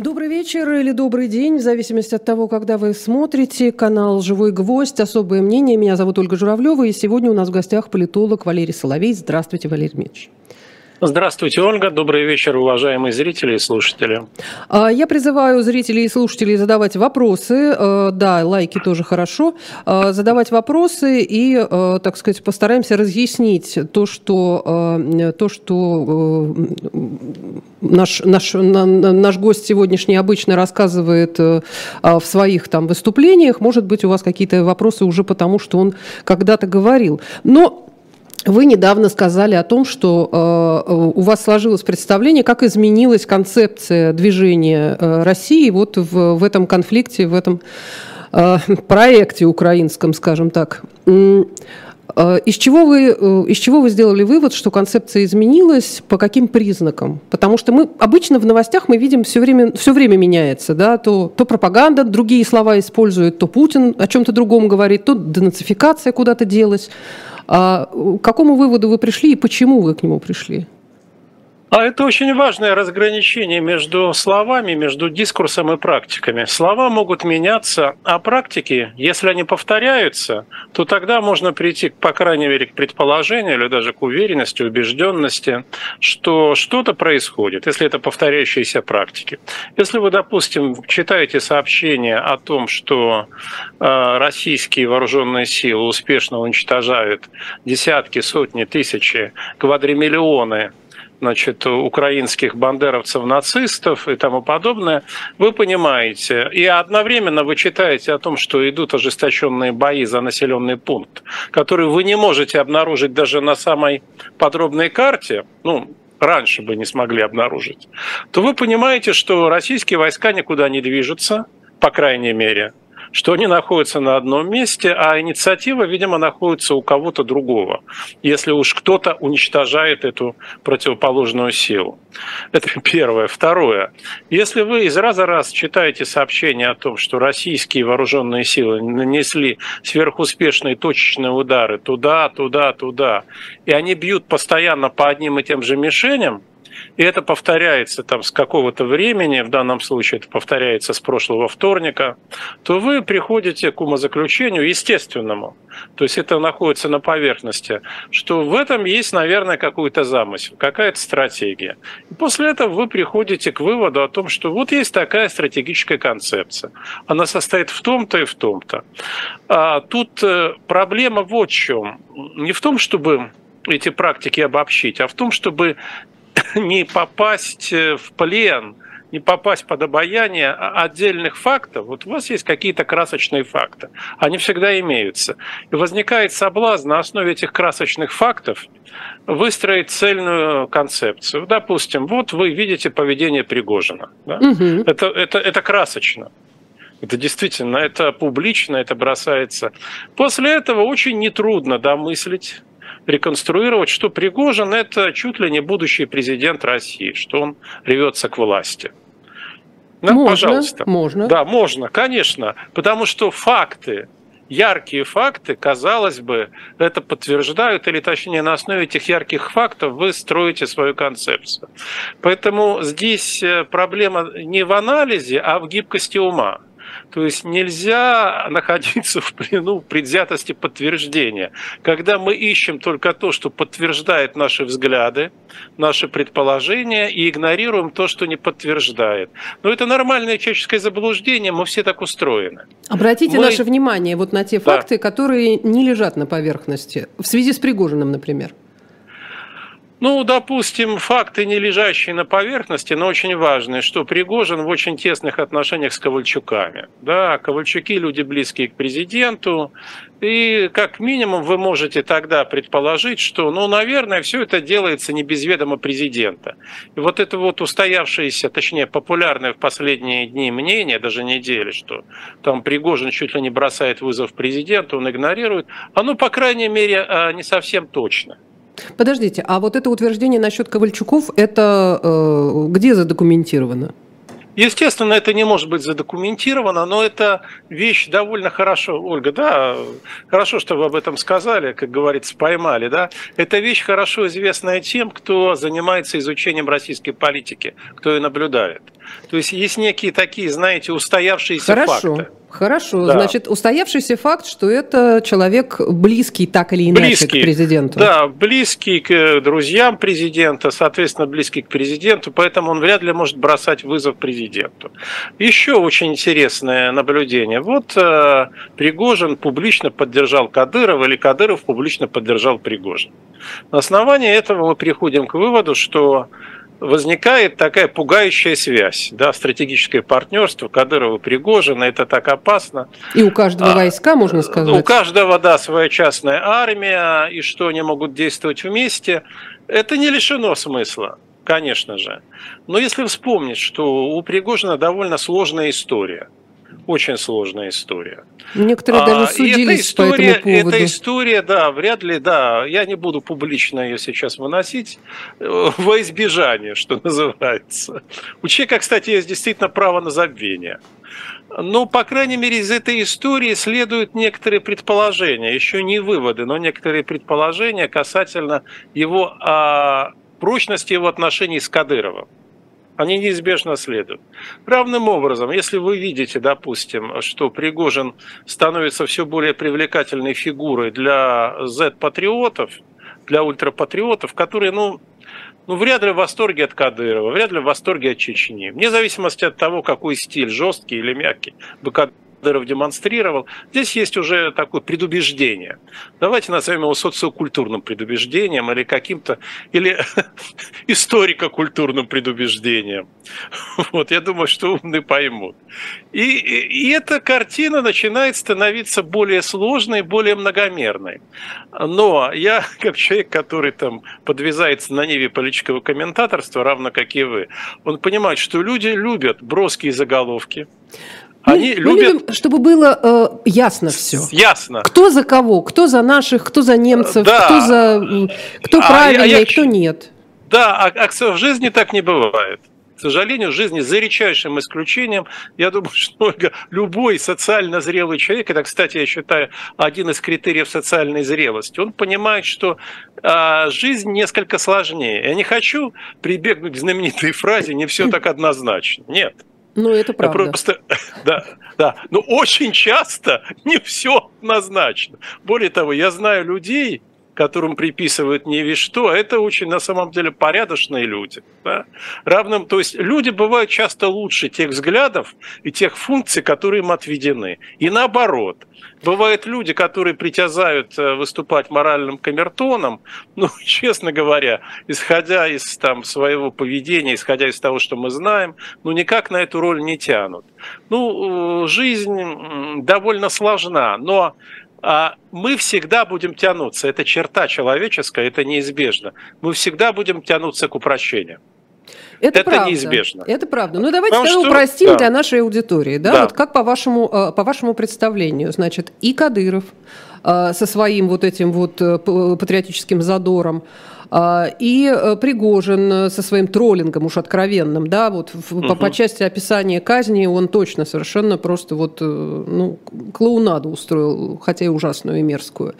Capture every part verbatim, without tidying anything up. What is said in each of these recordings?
Добрый вечер или добрый день, в зависимости от того, когда вы смотрите. Канал «Живой гвоздь». Особое мнение. Меня зовут Ольга Журавлева, и сегодня у нас в гостях политолог Валерий Соловей. Здравствуйте, Валерий Дмитриевич. Здравствуйте, Ольга. Добрый вечер, уважаемые зрители и слушатели. Я призываю зрителей и слушателей задавать вопросы. Да, лайки тоже хорошо. Задавать вопросы и, так сказать, постараемся разъяснить то, что, то, что наш, наш, наш гость сегодняшний обычно рассказывает в своих там выступлениях. Может быть, у вас какие-то вопросы уже потому, что он когда-то говорил. Но вы недавно сказали о том, что э, у вас сложилось представление, как изменилась концепция движения э, России вот в, в этом конфликте, в этом э, проекте украинском, скажем так. Э, из чего вы, э, из чего вы сделали вывод, что концепция изменилась, по каким признакам? Потому что мы обычно в новостях мы видим все время, все время меняется, да? то, то пропаганда другие слова использует, то Путин о чем-то другом говорит, то денацификация куда-то делась. А к какому выводу вы пришли и почему вы к нему пришли? А это очень важное разграничение между словами, между дискурсом и практиками. Слова могут меняться, а практики, если они повторяются, то тогда можно прийти, по крайней мере, к предположению или даже к уверенности, убежденности, что что-то происходит, если это повторяющиеся практики. Если вы, допустим, читаете сообщение о том, что э, российские вооруженные силы успешно уничтожают десятки, сотни, тысячи, квадримиллионы, значит, украинских бандеровцев, нацистов и тому подобное, вы понимаете, и одновременно вы читаете о том, что идут ожесточенные бои за населенный пункт, который вы не можете обнаружить даже на самой подробной карте, ну, раньше бы не смогли обнаружить, то вы понимаете, что российские войска никуда не движутся, по крайней мере, что они находятся на одном месте, а инициатива, видимо, находится у кого-то другого, если уж кто-то уничтожает эту противоположную силу. Это первое. Второе. Если вы из раза в раз читаете сообщения о том, что российские вооруженные силы нанесли сверхуспешные точечные удары туда, туда, туда, и они бьют постоянно по одним и тем же мишеням, и это повторяется там с какого-то времени, в данном случае это повторяется с прошлого вторника, то вы приходите к умозаключению естественному, то есть это находится на поверхности, что в этом есть, наверное, какой-то замысел, какая-то стратегия. И после этого вы приходите к выводу о том, что вот есть такая стратегическая концепция, она состоит в том-то и в том-то. А тут проблема вот в чем. Не в том, чтобы эти практики обобщить, а в том, чтобы не попасть в плен, не попасть под обаяние отдельных фактов. Вот у вас есть какие-то красочные факты, они всегда имеются. И возникает соблазн на основе этих красочных фактов выстроить цельную концепцию. Допустим, вот вы видите поведение Пригожина. Да? Угу. Это, это, это красочно. Это действительно, это публично, это бросается. После этого очень нетрудно домыслить, реконструировать, что Пригожин – это чуть ли не будущий президент России, что он рвется к власти. Ну, можно, пожалуйста. Можно. Да, можно, конечно, потому что факты, яркие факты, казалось бы, это подтверждают, или точнее на основе этих ярких фактов вы строите свою концепцию. Поэтому здесь проблема не в анализе, а в гибкости ума. То есть нельзя находиться в плену предвзятости подтверждения. Когда мы ищем только то, что подтверждает наши взгляды, наши предположения, и игнорируем то, что не подтверждает. Но это нормальное человеческое заблуждение, мы все так устроены. Обратите мы... наше внимание вот на те да. факты, которые не лежат на поверхности, в связи с Пригожиным, например. Ну, допустим, факты, не лежащие на поверхности, но очень важные, что Пригожин в очень тесных отношениях с Ковальчуками. Да, Ковальчуки – люди, близкие к президенту, и как минимум вы можете тогда предположить, что, ну, наверное, все это делается не без ведома президента. И вот это вот устоявшееся, точнее, популярное в последние дни мнение, даже недели, что там Пригожин чуть ли не бросает вызов президенту, он игнорирует, оно, по крайней мере, не совсем точно. Подождите, а вот это утверждение насчет Ковальчуков, это э, где задокументировано? Естественно, это не может быть задокументировано, но это вещь довольно хорошо, Ольга, да, хорошо, что вы об этом сказали, как говорится, поймали, да. Это вещь хорошо известная тем, кто занимается изучением российской политики, кто ее наблюдает. То есть есть некие такие, знаете, устоявшиеся Хорошо. факты. Хорошо, Да. Значит, устоявшийся факт, что это человек близкий так или иначе Близкий, к президенту. Да, близкий к друзьям президента, соответственно, близкий к президенту, поэтому он вряд ли может бросать вызов президенту. Еще очень интересное наблюдение. Вот э, Пригожин публично поддержал Кадырова, или Кадыров публично поддержал Пригожина. На основании этого мы приходим к выводу, что возникает такая пугающая связь, да, стратегическое партнерство Кадырова и Пригожина, это так опасно. И у каждого а, войска, можно сказать. У каждого, да, своя частная армия, и что они могут действовать вместе, это не лишено смысла, конечно же. Но если вспомнить, что у Пригожина довольно сложная история, очень сложная история. Некоторые даже судились история, по этому поводу. Эта история, да, вряд ли, да, я не буду публично ее сейчас выносить во избежание, что называется. У человека, кстати, есть действительно право на забвение. Но, по крайней мере, из этой истории следуют некоторые предположения, еще не выводы, но некоторые предположения касательно его, а, прочности его отношений с Кадыровым. Они неизбежно следуют. Равным образом, если вы видите, допустим, что Пригожин становится все более привлекательной фигурой для зет-патриотов, для ультрапатриотов, которые, ну, ну, вряд ли в восторге от Кадырова, вряд ли в восторге от Чечни. Вне зависимости от того, какой стиль, жесткий или мягкий, бы Кадыров демонстрировал, здесь есть уже такое предубеждение. Давайте назовем его социокультурным предубеждением или каким-то, или историко-культурным предубеждением. Вот, я думаю, что умные поймут. И, и, и эта картина начинает становиться более сложной, более многомерной. Но я, как человек, который там подвязается на ниве политического комментаторства, равно как и вы, он понимает, что люди любят броские заголовки. Они мы, любят... мы любим, чтобы было э, ясно все. Ясно. Кто за кого, кто за наших, кто за немцев, да. кто, за, кто а, правильный, а я... кто нет. Да, а, а в жизни так не бывает. К сожалению, в жизни, за редчайшим исключением, я думаю, что любой социально зрелый человек, это, кстати, я считаю, один из критериев социальной зрелости, он понимает, что а, жизнь несколько сложнее. Я не хочу прибегнуть к знаменитой фразе «не все так однозначно». Нет. Ну, это правда. Просто, да, да. Но очень часто не все однозначно. Более того, я знаю людей, которым приписывают не весь что, а это очень, на самом деле, порядочные люди. Да? Равным, то есть люди бывают часто лучше тех взглядов и тех функций, которые им отведены. И наоборот. Бывают люди, которые притязают выступать моральным камертоном, ну, честно говоря, исходя из там, своего поведения, исходя из того, что мы знаем, ну, никак на эту роль не тянут. Ну, жизнь довольно сложна, но а мы всегда будем тянуться. Это черта человеческая, это неизбежно. Мы всегда будем тянуться к упрощению. Это, это правда. неизбежно. Это правда. Ну, давайте тогда что... упростим да. для нашей аудитории. Да? Да. Вот как по вашему, по вашему представлению, значит, и Кадыров со своим вот этим вот патриотическим задором, и Пригожин со своим троллингом уж откровенным, да, вот угу. по, по части описания казни он точно совершенно просто вот, ну, клоунаду устроил, хотя и ужасную и мерзкую.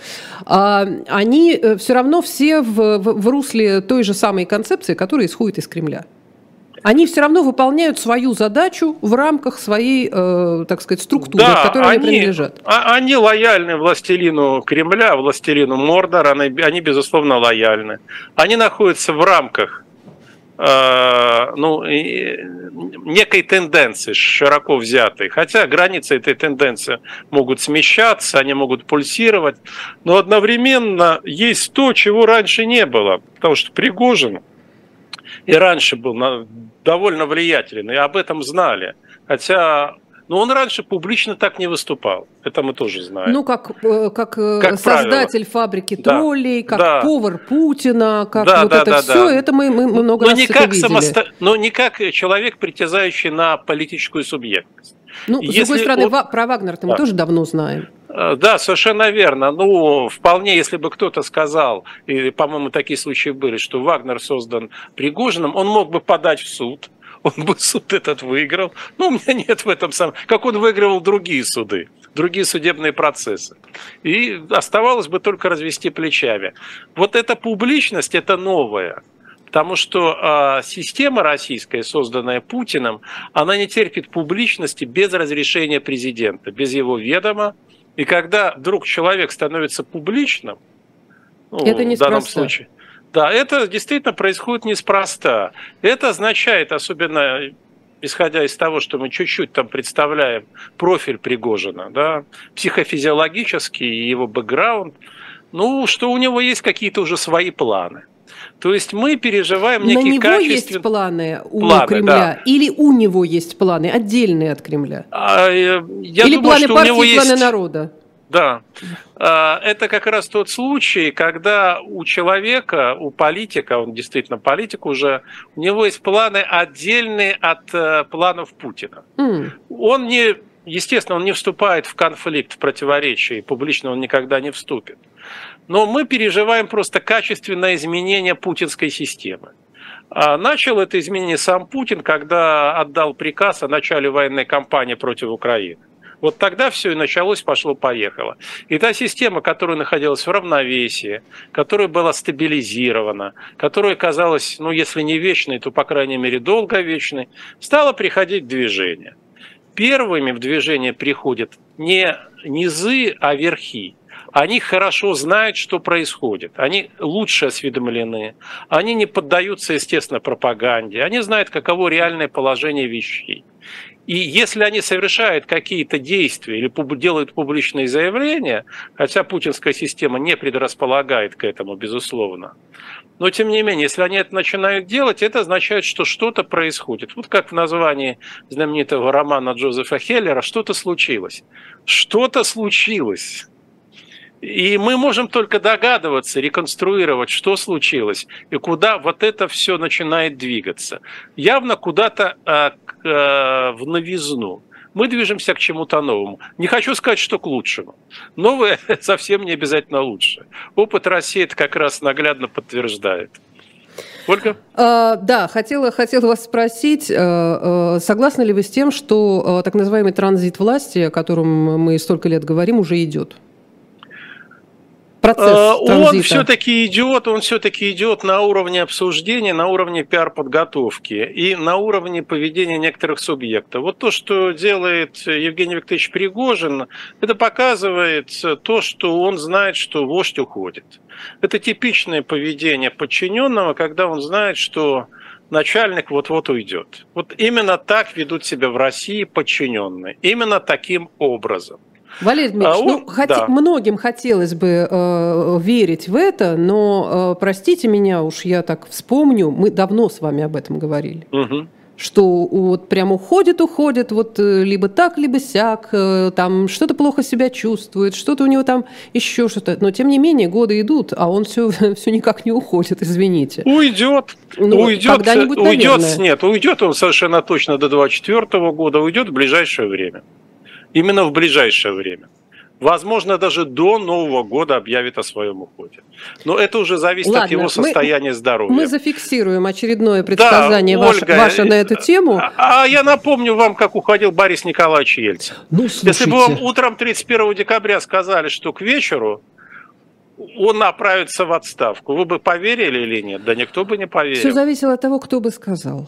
Они все равно все в, в, в русле той же самой концепции, которая исходит из Кремля. Они все равно выполняют свою задачу в рамках своей, э, так сказать, структуры, да, к которой они, они принадлежат. Они лояльны властелину Кремля, властелину Мордора, они, они безусловно, лояльны. Они находятся в рамках э, ну, некой тенденции, широко взятой. Хотя границы этой тенденции могут смещаться, они могут пульсировать, но одновременно есть то, чего раньше не было. Потому что Пригожин и раньше был довольно влиятелен, и об этом знали. Хотя, ну, он раньше публично так не выступал. Это мы тоже знаем. Ну, как, как, как создатель правило. фабрики троллей, да. как да. повар Путина, как да, вот да, это да, все, да. это мы, мы много но раз это видели. Самосто... Но не как человек, притязающий на политическую субъектность. Ну, с Если другой стороны, он... про Вагнера-то да. мы тоже давно знаем. Да, совершенно верно. Ну, вполне, если бы кто-то сказал, и, по-моему, такие случаи были, что Вагнер создан Пригожиным, он мог бы подать в суд, он бы суд этот выиграл. Но у меня нет в этом самом... Как он выигрывал другие суды, другие судебные процессы. И оставалось бы только развести плечами. Вот эта публичность, это новое. Потому что э, система российская, созданная Путиным, она не терпит публичности без разрешения президента, без его ведома. И когда вдруг человек становится публичным, ну, это в данном случае, да, это действительно происходит неспроста. Это означает, особенно исходя из того, что мы чуть-чуть там представляем профиль Пригожина, да, психофизиологический и его бэкграунд, ну, что у него есть какие-то уже свои планы. То есть мы переживаем некий качественный... На него качествен... есть планы у планы, Кремля? Да. Или у него есть планы, отдельные от Кремля? А, я Или думаю, планы что партии, у него и планы есть... народа? Да. Это как раз тот случай, когда у человека, у политика, он действительно политик уже, у него есть планы отдельные от планов Путина. Mm. Он не... Естественно, он не вступает в конфликт, в противоречие, и публично он никогда не вступит. Но мы переживаем просто качественное изменение путинской системы. А начал это изменение сам Путин, когда отдал приказ о начале военной кампании против Украины. Вот тогда все и началось, пошло-поехало. И та система, которая находилась в равновесии, которая была стабилизирована, которая казалась, ну, если не вечной, то, по крайней мере, долговечной, стала приходить в движение. Первыми в движение приходят не низы, а верхи. Они хорошо знают, что происходит. Они лучше осведомлены. Они не поддаются, естественно, пропаганде. Они знают, каково реальное положение вещей. И если они совершают какие-то действия или делают публичные заявления, хотя путинская система не предрасполагает к этому, безусловно, но тем не менее, если они это начинают делать, это означает, что что-то происходит. Вот как в названии знаменитого романа Джозефа Хеллера «Что-то случилось». Что-то случилось. И мы можем только догадываться, реконструировать, что случилось и куда вот это все начинает двигаться. Явно куда-то а, к, а, в новизну. Мы движемся к чему-то новому. Не хочу сказать, что к лучшему. Новое совсем не обязательно лучше. Опыт России это как раз наглядно подтверждает. Ольга? А, да, хотела, хотела вас спросить, а, а, согласны ли вы с тем, что а, так называемый транзит власти, о котором мы столько лет говорим, уже идет? Процесс он все-таки идет, он все-таки идет на уровне обсуждения, на уровне пиар-подготовки и на уровне поведения некоторых субъектов. Вот то, что делает Евгений Викторович Пригожин, это показывает то, что он знает, что вождь уходит. Это типичное поведение подчиненного, когда он знает, что начальник вот-вот уйдет. Вот именно так ведут себя в России подчиненные. Именно таким образом. Валерий Дмитриевич, а, ну, хот... да. многим хотелось бы э, верить в это, но, э, простите меня, уж я так вспомню, мы давно с вами об этом говорили, угу. что вот прям уходит, уходит, вот либо так, либо сяк, э, там что-то плохо себя чувствует, что-то у него там еще что-то, но тем не менее годы идут, а он все, все никак не уходит, извините. Уйдет, ну, уйдет, уйдет, нет, уйдет он совершенно точно до двадцать четвёртого года, уйдет в ближайшее время. Именно в ближайшее время. Возможно, даже до Нового года объявит о своем уходе. Но это уже зависит Ладно, от его состояния мы, здоровья. Мы зафиксируем очередное предсказание да, ваше, Ольга, ваше на эту тему. А, а я напомню вам, как уходил Борис Николаевич Ельцин. Ну, Если бы вам утром тридцать первого декабря сказали, что к вечеру он направится в отставку, вы бы поверили или нет? Да никто бы не поверил. Все зависело от того, кто бы сказал.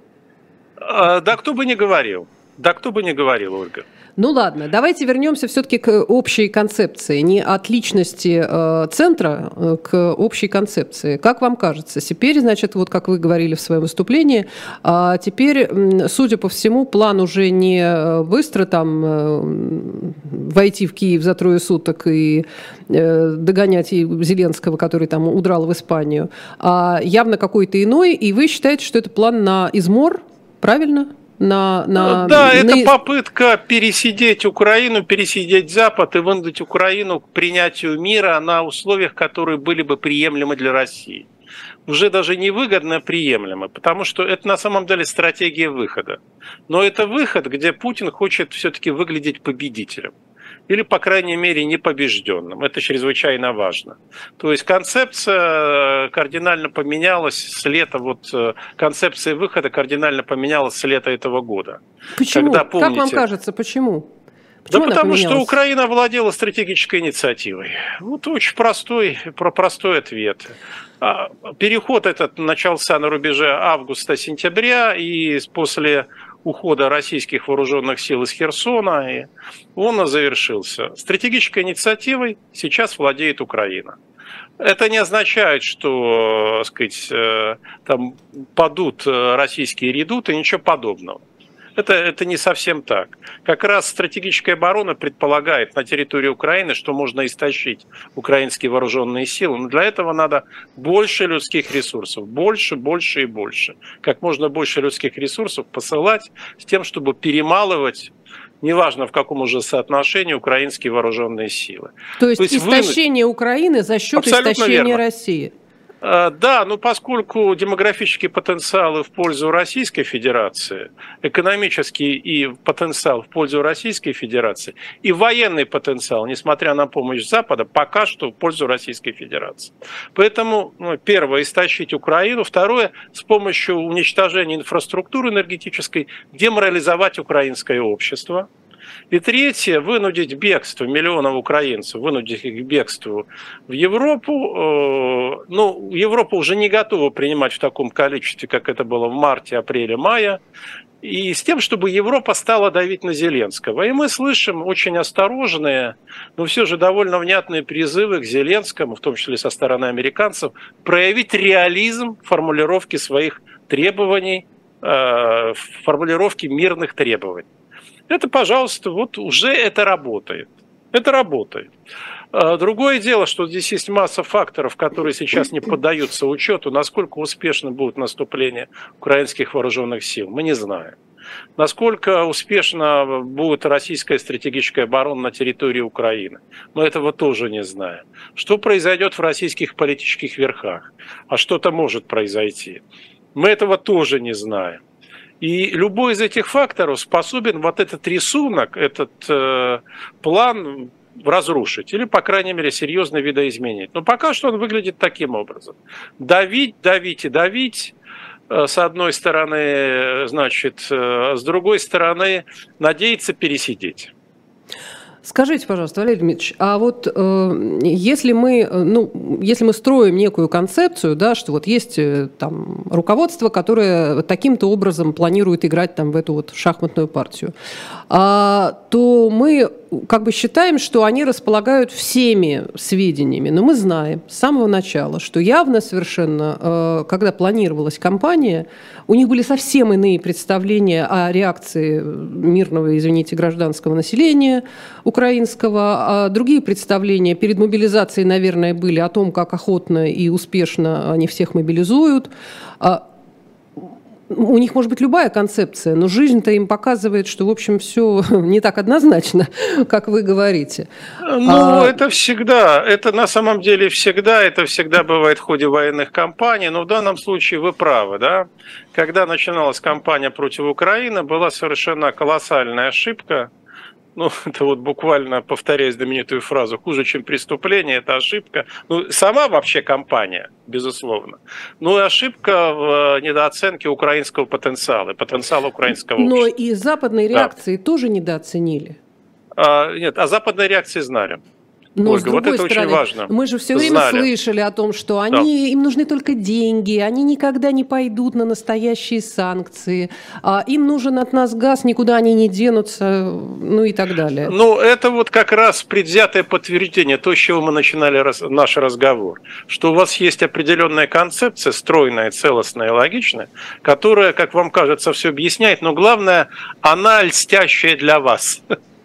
А, да кто бы не говорил. Да кто бы не говорил, Ольга. Ну ладно, давайте вернемся все-таки к общей концепции, не от личности э, центра э, к общей концепции. Как вам кажется, теперь, значит, вот как вы говорили в своем выступлении, э, теперь, судя по всему, план уже не быстро там э, войти в Киев за трое суток и э, догонять Зеленского, который там удрал в Испанию, а явно какой-то иной, и вы считаете, что это план на измор, правильно? На, на, да, на... это попытка пересидеть Украину, пересидеть Запад и вынудить Украину к принятию мира на условиях, которые были бы приемлемы для России. Уже даже не выгодно, а приемлемо, потому что это на самом деле стратегия выхода. Но это выход, где Путин хочет все-таки выглядеть победителем. или, по крайней мере, непобежденным. Это чрезвычайно важно. То есть концепция кардинально поменялась с лета, вот концепция выхода кардинально поменялась с лета этого года. Почему? Когда, помните, как вам кажется, почему? Почему да потому что Украина владела стратегической инициативой. Вот очень простой, простой ответ. Переход этот начался на рубеже августа-сентября, и после ухода российских вооруженных сил из Херсона, и он завершился. Стратегической инициативой сейчас владеет Украина. Это не означает, что, так сказать, там падут российские редуты, ничего подобного. Это, это не совсем так. Как раз стратегическая оборона предполагает на территории Украины, что можно истощить украинские вооруженные силы. Но для этого надо больше людских ресурсов. Больше, больше и больше. Как можно больше людских ресурсов посылать с тем, чтобы перемалывать, неважно в каком уже соотношении, украинские вооруженные силы. То есть, То есть истощение вы... Украины за счет Абсолютно истощения верно. России? Да, но поскольку демографические потенциалы в пользу Российской Федерации, экономический и потенциал в пользу Российской Федерации, и военный потенциал, несмотря на помощь Запада, пока что в пользу Российской Федерации. Поэтому, ну, первое, истощить Украину, второе, с помощью уничтожения инфраструктуры энергетической деморализовать украинское общество. И третье, вынудить бегство миллионов украинцев, вынудить их к бегству в Европу. Ну, Европа уже не готова принимать в таком количестве, как это было в марте, апреле, мае. И с тем, чтобы Европа стала давить на Зеленского. И мы слышим очень осторожные, но все же довольно внятные призывы к Зеленскому, в том числе со стороны американцев, проявить реализм формулировки своих требований, формулировки мирных требований. Это, пожалуйста, вот уже это работает. Это работает. Другое дело, что здесь есть масса факторов, которые сейчас не поддаются учету. Насколько успешно будет наступление украинских вооруженных сил, мы не знаем. Насколько успешно будет российская стратегическая оборона на территории Украины, мы этого тоже не знаем. Что произойдет в российских политических верхах? А что-то может произойти. Мы этого тоже не знаем. И любой из этих факторов способен вот этот рисунок, этот э, план разрушить или, по крайней мере, серьезно видоизменить. Но пока что он выглядит таким образом. Давить, давить и давить, э, с одной стороны, значит, э, с другой стороны, надеяться пересидеть. Скажите, пожалуйста, Валерий Дмитриевич, а вот э, если мы, ну, если мы строим некую концепцию, да, что вот есть там руководство, которое таким-то образом планирует играть там в эту вот шахматную партию, а, то мы как бы считаем, что они располагают всеми сведениями, но мы знаем с самого начала, что явно совершенно, э, когда планировалась кампания, у них были совсем иные представления о реакции мирного, извините, гражданского населения украинского, а другие представления перед мобилизацией, наверное, были о том, как охотно и успешно они всех мобилизуют. У них может быть любая концепция, но жизнь-то им показывает, что, в общем, все не так однозначно, как вы говорите. Ну, а... это всегда, это на самом деле всегда, это всегда бывает в ходе военных кампаний, но в данном случае вы правы, да? Когда начиналась кампания против Украины, была совершенно колоссальная ошибка. Ну, это вот буквально, повторяя знаменитую фразу, хуже, чем преступление, это ошибка. Ну, сама вообще кампания, безусловно. Ну, и ошибка в недооценке украинского потенциала, потенциала украинского общества. Но и западные реакции да. тоже недооценили. А, нет, о западной реакции знали. Но Ольга, с другой вот это стороны, очень важно. Мы же все время Знали. слышали о том, что они, да. им нужны только деньги, они никогда не пойдут на настоящие санкции, а им нужен от нас газ, никуда они не денутся, ну и так далее. Ну, это вот как раз предвзятое подтверждение, то, с чего мы начинали раз, наш разговор, что у вас есть определенная концепция, стройная, целостная и логичная, которая, как вам кажется, все объясняет, но главное, она льстящая для вас.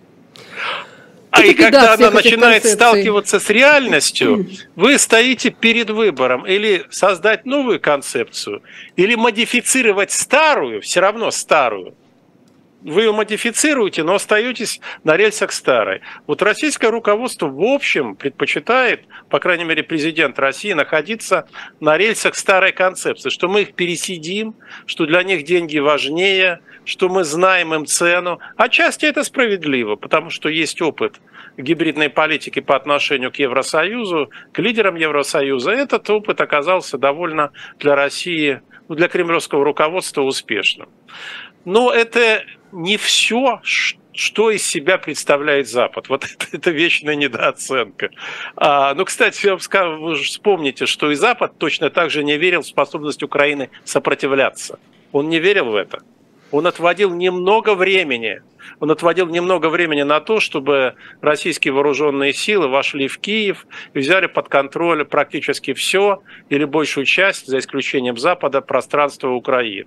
А и когда она начинает концепций. сталкиваться с реальностью, вы стоите перед выбором или создать новую концепцию, или модифицировать старую, все равно старую, вы ее модифицируете, но остаетесь на рельсах старой. Вот российское руководство в общем предпочитает, по крайней мере президент России, находиться на рельсах старой концепции, что мы их пересидим, что для них деньги важнее, что мы знаем им цену. Отчасти это справедливо, потому что есть опыт гибридной политики по отношению к Евросоюзу, к лидерам Евросоюза. Этот опыт оказался довольно для России, ну, для кремлевского руководства успешным. Но это не все, что из себя представляет Запад. Вот это, это вечная недооценка. А, ну, кстати, я вам скажу, вы же вспомните, что и Запад точно так же не верил в способность Украины сопротивляться. Он не верил в это. Он отводил немного времени. Он отводил немного времени на то, чтобы российские вооруженные силы вошли в Киев и взяли под контроль практически все или большую часть, за исключением Запада, пространства Украины.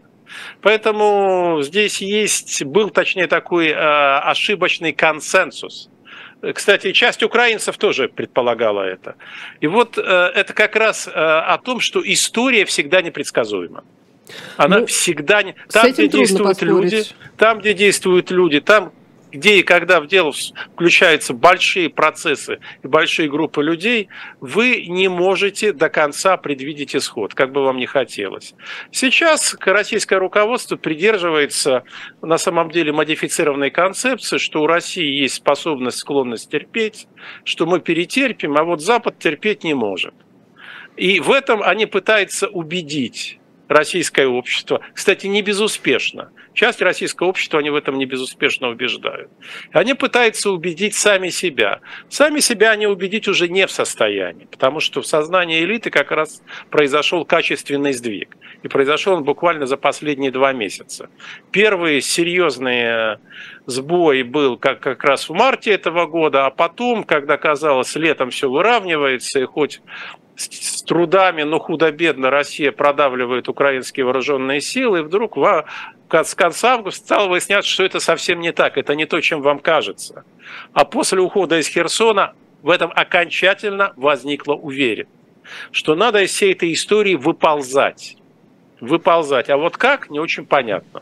Поэтому здесь есть, был, точнее, такой э, ошибочный консенсус. Кстати, часть украинцев тоже предполагала это. И вот э, это как раз э, о том, что история всегда непредсказуема. Она ну, всегда не... Там, где действуют люди, там, где действуют люди, там, где и когда в дело включаются большие процессы и большие группы людей, вы не можете до конца предвидеть исход, как бы вам ни хотелось. Сейчас российское руководство придерживается на самом деле модифицированной концепции, что у России есть способность, склонность терпеть, что мы перетерпим, а вот Запад терпеть не может. И в этом они пытаются убедить российское общество. Кстати, не безуспешно. Часть российского общества они в этом не безуспешно убеждают. Они пытаются убедить сами себя. Сами себя они убедить уже не в состоянии, потому что в сознании элиты как раз произошел качественный сдвиг. И произошел он буквально за последние два месяца. Первый серьезный сбой был как, как раз в марте этого года, а потом, когда казалось, летом все выравнивается, и хоть с трудами, но худо-бедно Россия продавливает украинские вооруженные силы, и вдруг в, с конца августа стало выясняться, что это совсем не так, это не то, чем вам кажется. А после ухода из Херсона в этом окончательно возникла уверенность, что надо из всей этой истории выползать. Выползать. А вот как, не очень понятно.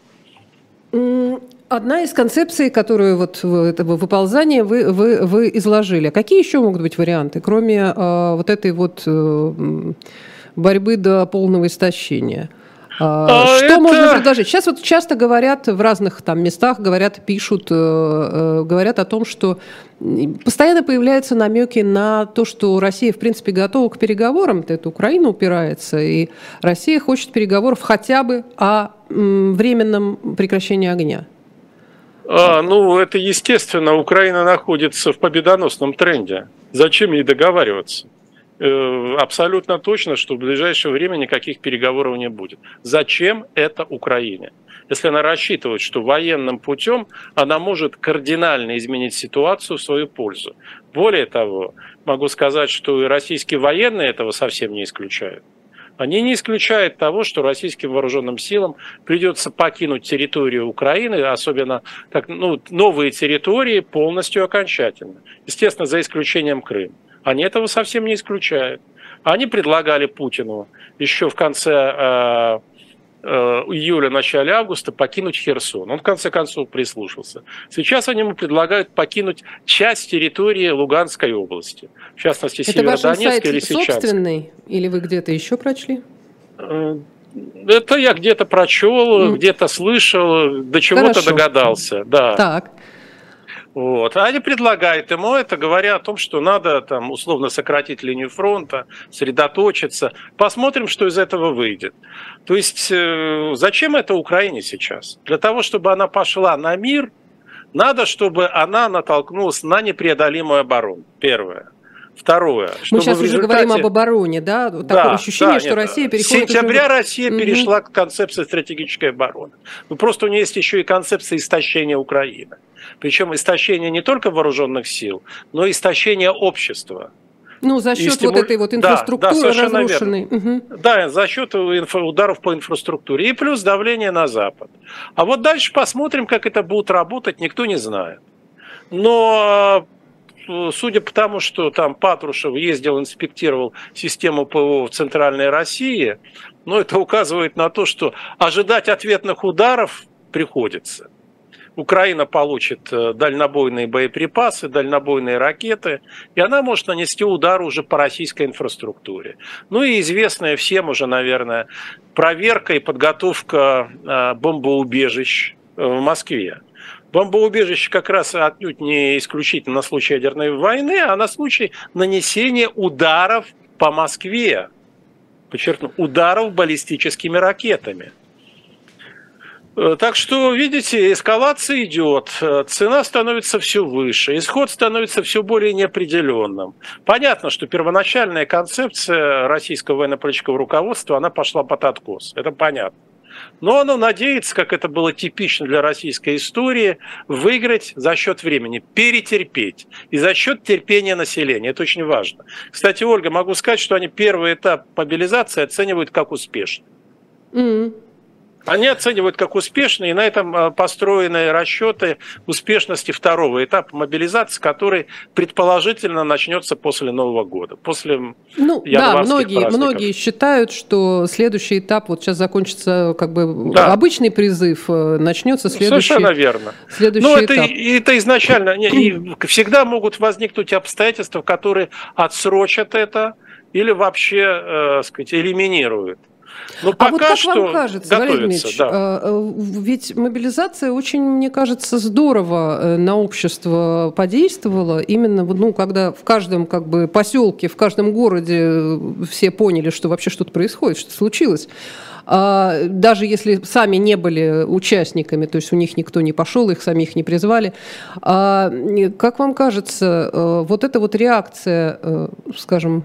Одна из концепций, которую вот этого выползания вы, вы, вы изложили. Какие еще могут быть варианты, кроме э, вот этой вот э, борьбы до полного истощения? А, что это... можно предложить? Сейчас вот часто говорят в разных там местах, говорят, пишут, э, э, говорят о том, что постоянно появляются намеки на то, что Россия, в принципе, готова к переговорам. Это Украина упирается, и Россия хочет переговоров хотя бы о м, временном прекращении огня. А, ну, это естественно. Украина находится в победоносном тренде. Зачем ей договариваться? Э, абсолютно точно, что в ближайшее время никаких переговоров не будет. Зачем это Украине? Если она рассчитывает, что военным путем она может кардинально изменить ситуацию в свою пользу. Более того, могу сказать, что и российские военные этого совсем не исключают. Они не исключают того, что российским вооруженным силам придется покинуть территорию Украины, особенно как, ну, новые территории, полностью окончательно. Естественно, за исключением Крыма. Они этого совсем не исключают. Они предлагали Путину еще в конце э, э, июля, начале августа покинуть Херсон. Он в конце концов прислушался. Сейчас они ему предлагают покинуть часть территории Луганской области. В частности, Северодонецк или Сечанск. Это собственный? Или вы где-то еще прочли? Это я где-то прочел, mm. где-то слышал, до чего-то догадался. Да. Так. Вот. Они предлагают ему это, говоря о том, что надо там, условно сократить линию фронта, сосредоточиться. Посмотрим, что из этого выйдет. То есть э, зачем это Украине сейчас? Для того, чтобы она пошла на мир, надо, чтобы она натолкнулась на непреодолимую оборону. Первое. Второе. Мы сейчас уже результате... говорим об обороне, да? Вот да, такое ощущение, да, что нет, Россия переходит... С сентября уже... Россия угу. перешла к концепции стратегической обороны. Но просто у нее есть еще и концепция истощения Украины. Причем истощение не только вооруженных сил, но и истощение общества. Ну, за счет стиму... вот этой вот инфраструктуры да, да, разрушенной. Угу. Да, за счет инфра... ударов по инфраструктуре. И плюс давление на Запад. А вот дальше посмотрим, как это будет работать, никто не знает. Но... Судя по тому, что там Патрушев ездил, инспектировал систему ПВО в Центральной России, ну, это указывает на то, что ожидать ответных ударов приходится. Украина получит дальнобойные боеприпасы, дальнобойные ракеты, и она может нанести удар уже по российской инфраструктуре. Ну и известная всем уже, наверное, проверка и подготовка бомбоубежищ в Москве. Бомбоубежище как раз отнюдь не исключительно на случай ядерной войны, а на случай нанесения ударов по Москве. Подчеркну, ударов баллистическими ракетами. Так что, видите, эскалация идет, цена становится все выше, исход становится все более неопределенным. Понятно, что первоначальная концепция российского военно-политического руководства, она пошла под откос, это понятно. Но оно надеется, как это было типично для российской истории, выиграть за счет времени, перетерпеть. И за счет терпения населения. Это очень важно. Кстати, Ольга, могу сказать, что они первый этап мобилизации оценивают как успешный. Mm-hmm. Они оценивают как успешный, и на этом построены расчеты успешности второго этапа мобилизации, который предположительно начнется после Нового года, после ну, да, многие, многие считают, что следующий этап, вот сейчас закончится как бы да. обычный призыв, начнется следующий, Совершенно верно. следующий Но этап. Это, это изначально, и всегда могут возникнуть обстоятельства, которые отсрочат это или вообще, э, сказать, элиминируют. Но пока а вот как что вам кажется, Валерий Дмитриевич, да. ведь мобилизация очень, мне кажется, здорово на общество подействовала, именно ну, когда в каждом как бы, поселке, в каждом городе все поняли, что вообще что-то происходит, что случилось. Даже если сами не были участниками, то есть у них никто не пошел, их самих не призвали. Как вам кажется, вот эта вот реакция, скажем,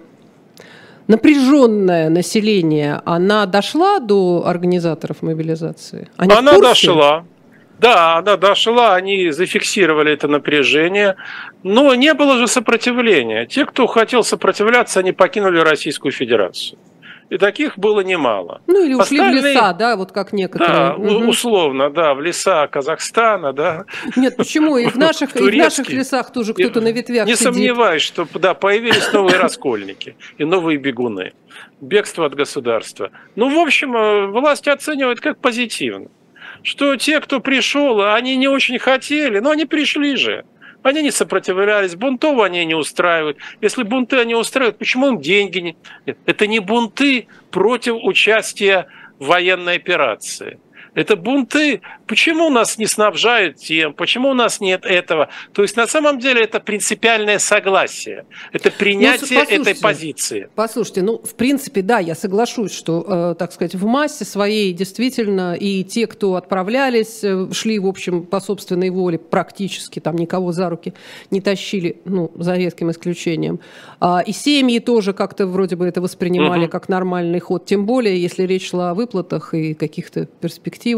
напряженное население, она дошла до организаторов мобилизации? Они она дошла. Да, она дошла, они зафиксировали это напряжение, но не было же сопротивления. Те, кто хотел сопротивляться, они покинули Российскую Федерацию. И таких было немало. Ну или ушли Остальные... в леса, да, вот как некоторые. Да, угу. условно, да, в леса Казахстана, да. Нет, почему? И в наших, и в наших лесах тоже кто-то на ветвях Не сидит. сомневаюсь, что да, появились новые раскольники и новые бегуны. Бегство от государства. Ну, в общем, власть оценивает как позитивно. Что те, кто пришел, они не очень хотели, но они пришли же. Они не сопротивлялись, бунтов они не устраивают. Если бунты они устраивают, почему им деньги не... Это не бунты против участия в военной операции. Это бунты. Почему нас не снабжают тем? Почему у нас нет этого? То есть на самом деле это принципиальное согласие. Это принятие ну, этой позиции. Послушайте, ну в принципе, да, я соглашусь, что, э, так сказать, в массе своей действительно и те, кто отправлялись, э, шли, в общем, по собственной воле практически, там никого за руки не тащили, ну, за редким исключением. А, и семьи тоже как-то вроде бы это воспринимали угу. как нормальный ход, тем более, если речь шла о выплатах и каких-то перспективах.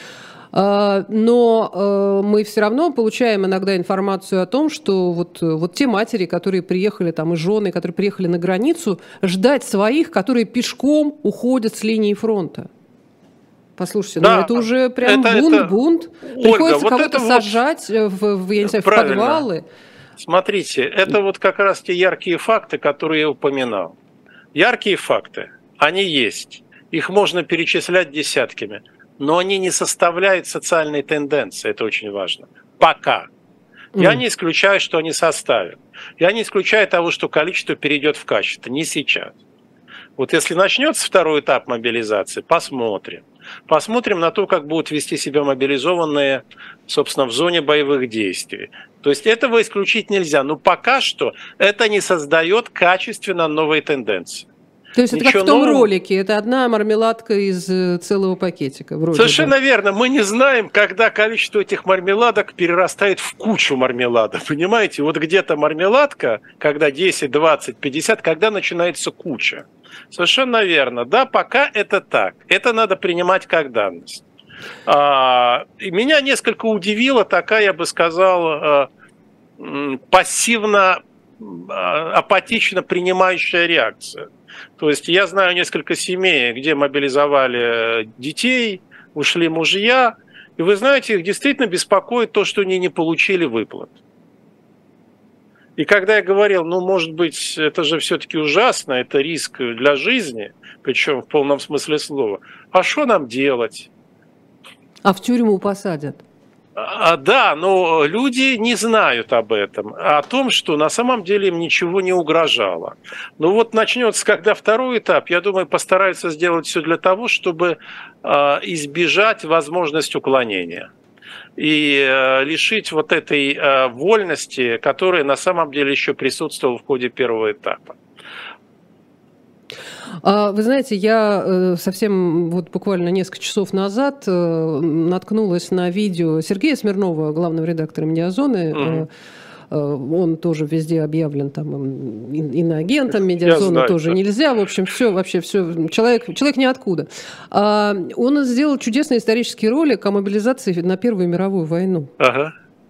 Но мы все равно получаем иногда информацию о том, что вот, вот те матери, которые приехали, там, и жены, которые приехали на границу, ждать своих, которые пешком уходят с линии фронта. Послушайте, да, ну это уже прям бунт-бунт. Приходится вот кого-то сажать вот в, в, я не знаю, в подвалы. Смотрите, это вот как раз те яркие факты, которые я упоминал. Яркие факты, они есть. Их можно перечислять десятками. Но они не составляют социальной тенденции, это очень важно. Пока. Я mm. не исключаю, что они составят. Я не исключаю того, что количество перейдет в качество. Не сейчас. Вот если начнется второй этап мобилизации, посмотрим. Посмотрим на то, как будут вести себя мобилизованные, собственно, в зоне боевых действий. То есть этого исключить нельзя. Но пока что это не создает качественно новой тенденции. То есть это Ничего как в том нового. ролике, это одна мармеладка из целого пакетика. Вроде Совершенно бы. верно. Мы не знаем, когда количество этих мармеладок перерастает в кучу мармеладок. Понимаете, вот где-то мармеладка, когда десять, двадцать, пятьдесят, когда начинается куча. Совершенно верно. Да, пока это так. Это надо принимать как данность. А, и меня несколько удивила такая, я бы сказал, пассивно, апатично принимающая реакция. То есть я знаю несколько семей, где мобилизовали детей, ушли мужья, и вы знаете, их действительно беспокоит то, что они не получили выплат. И когда я говорил, ну, может быть, это же все-таки ужасно, это риск для жизни, причем в полном смысле слова, а что нам делать? А в тюрьму посадят. А, да, но люди не знают об этом, о том, что на самом деле им ничего не угрожало. Но вот начнется, когда второй этап, я думаю, постараются сделать все для того, чтобы а, избежать возможность уклонения и а, лишить вот этой а, вольности, которая на самом деле еще присутствовала в ходе первого этапа. Вы знаете, я совсем вот буквально несколько часов назад наткнулась на видео Сергея Смирнова, главного редактора «Медиазоны». Mm-hmm. Он тоже везде объявлен там иноагентом, «Медиазону» тоже да. Нельзя. В общем, все вообще все. Человек, человек ниоткуда. Он сделал чудесный исторический ролик о мобилизации на Первую мировую войну. Ага.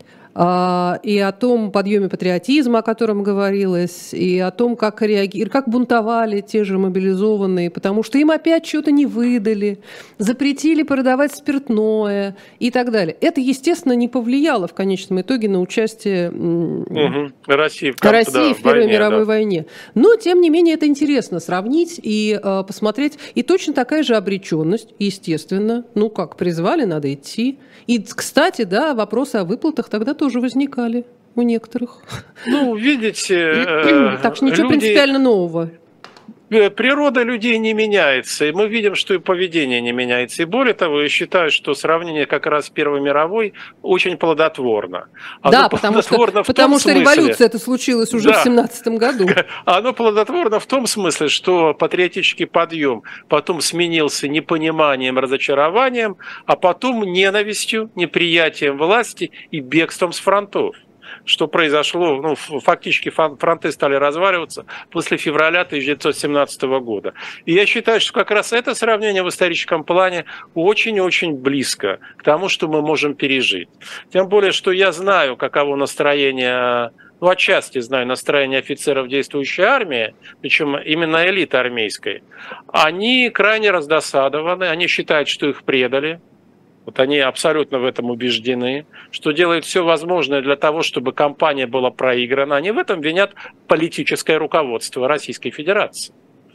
И о том подъеме патриотизма, о котором говорилось, и о том, как реагировали, как бунтовали те же мобилизованные, потому что им опять что-то не выдали, запретили продавать спиртное и так далее. Это, естественно, не повлияло в конечном итоге на участие угу. России, в, России да, в Первой войне, мировой да. войне. Но, тем не менее, это интересно сравнить и э, посмотреть. И точно такая же обреченность, естественно. Ну как, призвали, надо идти. И, кстати, да, вопросы о выплатах тогда тоже возникали у некоторых. Ну, видите, так что ничего люди... принципиально нового. Природа людей не меняется, и мы видим, что и поведение не меняется. И более того, я считаю, что сравнение как раз с Первой мировой очень плодотворно. Оно да, потому что, потому что революция это случилась уже да, в семнадцатом году. Оно плодотворно в том смысле, что патриотический подъем потом сменился непониманием, разочарованием, а потом ненавистью, неприятием власти и бегством с фронтов. Что произошло, ну, фактически фронты стали разваливаться после февраля тысяча девятьсот семнадцатого года. И я считаю, что как раз это сравнение в историческом плане очень-очень близко к тому, что мы можем пережить. Тем более, что я знаю, каково настроение, ну, отчасти знаю настроение офицеров действующей армии, причем именно элиты армейской. Они крайне раздосадованы, они считают, что их предали. Вот они абсолютно в этом убеждены, что делают все возможное для того, чтобы кампания была проиграна. Они в этом винят политическое руководство Российской Федерации.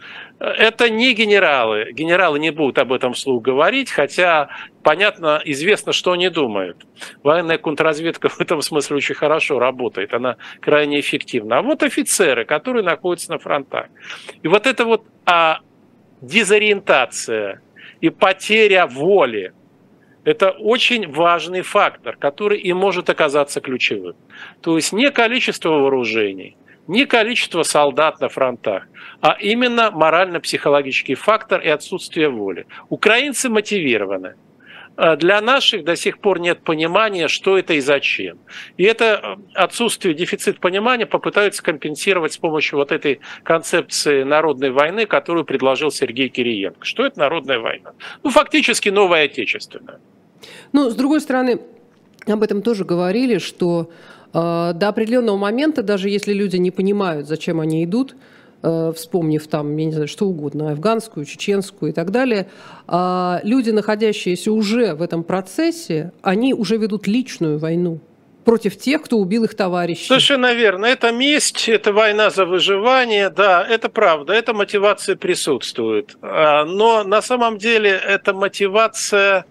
Это не генералы. Генералы не будут об этом вслух говорить, хотя, понятно, известно, что они думают. Военная контрразведка в этом смысле очень хорошо работает, она крайне эффективна. А вот офицеры, которые находятся на фронтах. И вот эта вот а, дезориентация и потеря воли, это очень важный фактор, который и может оказаться ключевым. То есть не количество вооружений, не количество солдат на фронтах, а именно морально-психологический фактор и отсутствие воли. Украинцы мотивированы. Для наших до сих пор нет понимания, что это и зачем. И это отсутствие, дефицит понимания попытаются компенсировать с помощью вот этой концепции народной войны, которую предложил Сергей Кириенко. Что это народная война? Ну, фактически новая отечественная. Ну, с другой стороны, об этом тоже говорили, что э, до определенного момента, даже если люди не понимают, зачем они идут, вспомнив там, я не знаю, что угодно, афганскую, чеченскую и так далее, люди, находящиеся уже в этом процессе, они уже ведут личную войну против тех, кто убил их товарищей. Совершенно верно. Это месть, это война за выживание, да, это правда, эта мотивация присутствует. Но на самом деле эта мотивация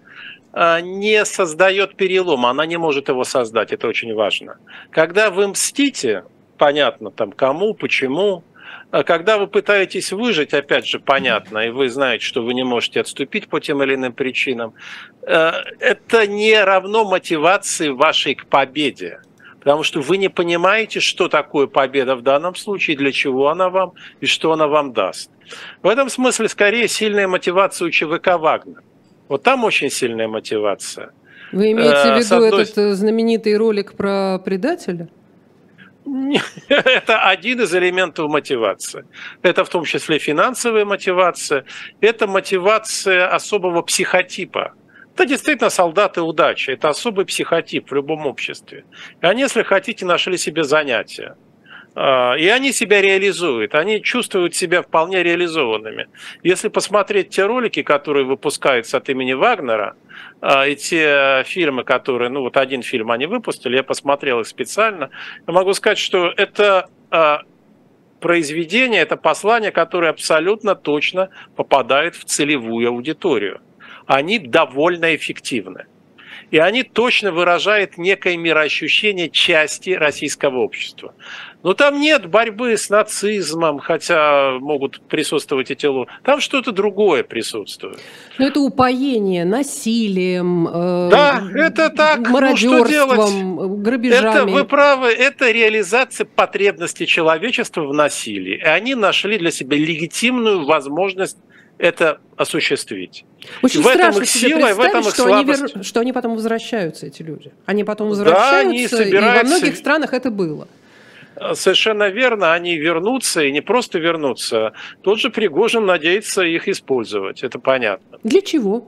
не создает перелома, она не может его создать, это очень важно. Когда вы мстите, понятно там кому, почему, когда вы пытаетесь выжить, опять же, понятно, и вы знаете, что вы не можете отступить по тем или иным причинам, это не равно мотивации вашей к победе. Потому что вы не понимаете, что такое победа в данном случае, для чего она вам и что она вам даст. В этом смысле, скорее, сильная мотивация у ЧВК «Вагнер». Вот там очень сильная мотивация. Вы имеете в виду одной... этот знаменитый ролик про предателя? Это один из элементов мотивации. Это в том числе финансовая мотивация, это мотивация особого психотипа. Это действительно солдаты удачи, это особый психотип в любом обществе. И они, если хотите, нашли себе занятия. И они себя реализуют, они чувствуют себя вполне реализованными. Если посмотреть те ролики, которые выпускаются от имени Вагнера, и те фильмы, которые, ну вот один фильм они выпустили, я посмотрел их специально, я могу сказать, что это произведение, это послание, которое абсолютно точно попадает в целевую аудиторию. Они довольно эффективны. И они точно выражают некое мироощущение части российского общества. Но там нет борьбы с нацизмом, хотя могут присутствовать эти лозунги. Там что-то другое присутствует. Но это упоение насилием, э, да, это так. мародерством, ну, что делать? грабежами. Это, вы правы, это реализация потребностей человечества в насилии. И они нашли для себя легитимную возможность это осуществить. Очень в этом страшно их себе сила, и в этом их что они, слабость. вер... что они потом возвращаются, эти люди. Они потом возвращаются, да, они собираются... и во многих странах это было. Совершенно верно, они вернутся, и не просто вернутся. Тот же Пригожин надеется их использовать, это понятно. Для чего?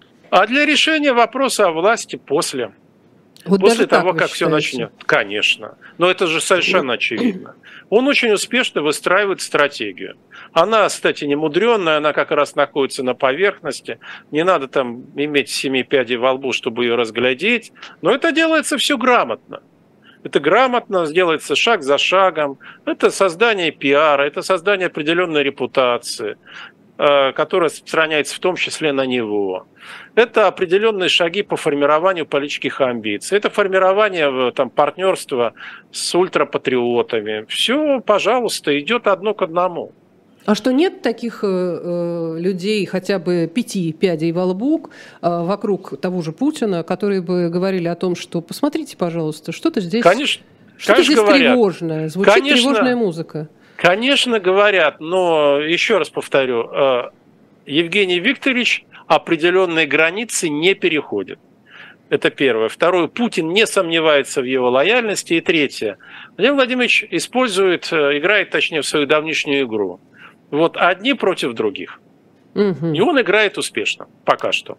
А для решения вопроса о власти после. Вот после того, как считаете? все начнет. Конечно. Но это же совершенно очевидно. Он очень успешно выстраивает стратегию. Она, кстати, не мудренная, она как раз находится на поверхности. Не надо там иметь семи пядей во лбу, чтобы ее разглядеть. Но это делается все грамотно. Это грамотно делается шаг за шагом. Это создание пиара, это создание определенной репутации, которая распространяется в том числе на него. Это определенные шаги по формированию политических амбиций. Это формирование там, партнерства с ультрапатриотами. Все, пожалуйста, идет одно к одному. А что нет таких э, людей, хотя бы пяти пядей во лбу э, вокруг того же Путина, которые бы говорили о том, что посмотрите, пожалуйста, что-то здесь, конечно, что-то конечно здесь говорят. тревожное, звучит конечно, тревожная музыка. Конечно, говорят, но еще раз повторю, э, Евгений Викторович определенные границы не переходит. Это первое. Второе. Путин не сомневается в его лояльности. И третье. Владимир Владимирович использует, играет, точнее, в свою давнишнюю игру. Вот одни против других. Угу. И он играет успешно. Пока что.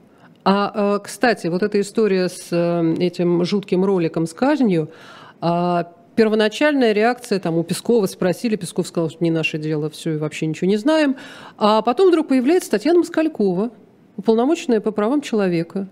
А, кстати, вот эта история с этим жутким роликом с казнью, первоначальная реакция, там у Пескова спросили, Песков сказал, что не наше дело, все, вообще ничего не знаем. А потом вдруг появляется Татьяна Москалькова, уполномоченная по правам человека,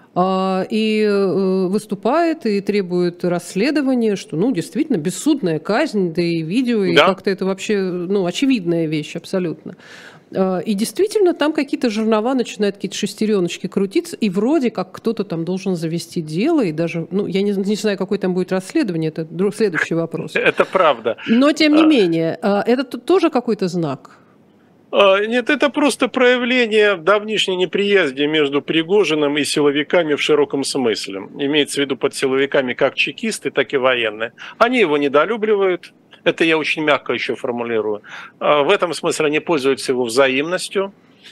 и выступает и требует расследования, что, ну, действительно, бессудная казнь, да и видео, и да. как-то это вообще, ну, очевидная вещь абсолютно. И действительно, там какие-то жернова начинают, какие-то шестереночки крутиться, и вроде как кто-то там должен завести дело, и даже, ну, я не, не знаю, какое там будет расследование, это следующий вопрос. Это правда. Но, тем не менее, это тоже какой-то знак? Нет, это просто проявление давнишней неприязни между Пригожиным и силовиками в широком смысле. Имеется в виду под силовиками как чекисты, так и военные. Они его недолюбливают. Это я очень мягко еще формулирую. В этом смысле они пользуются его взаимностью.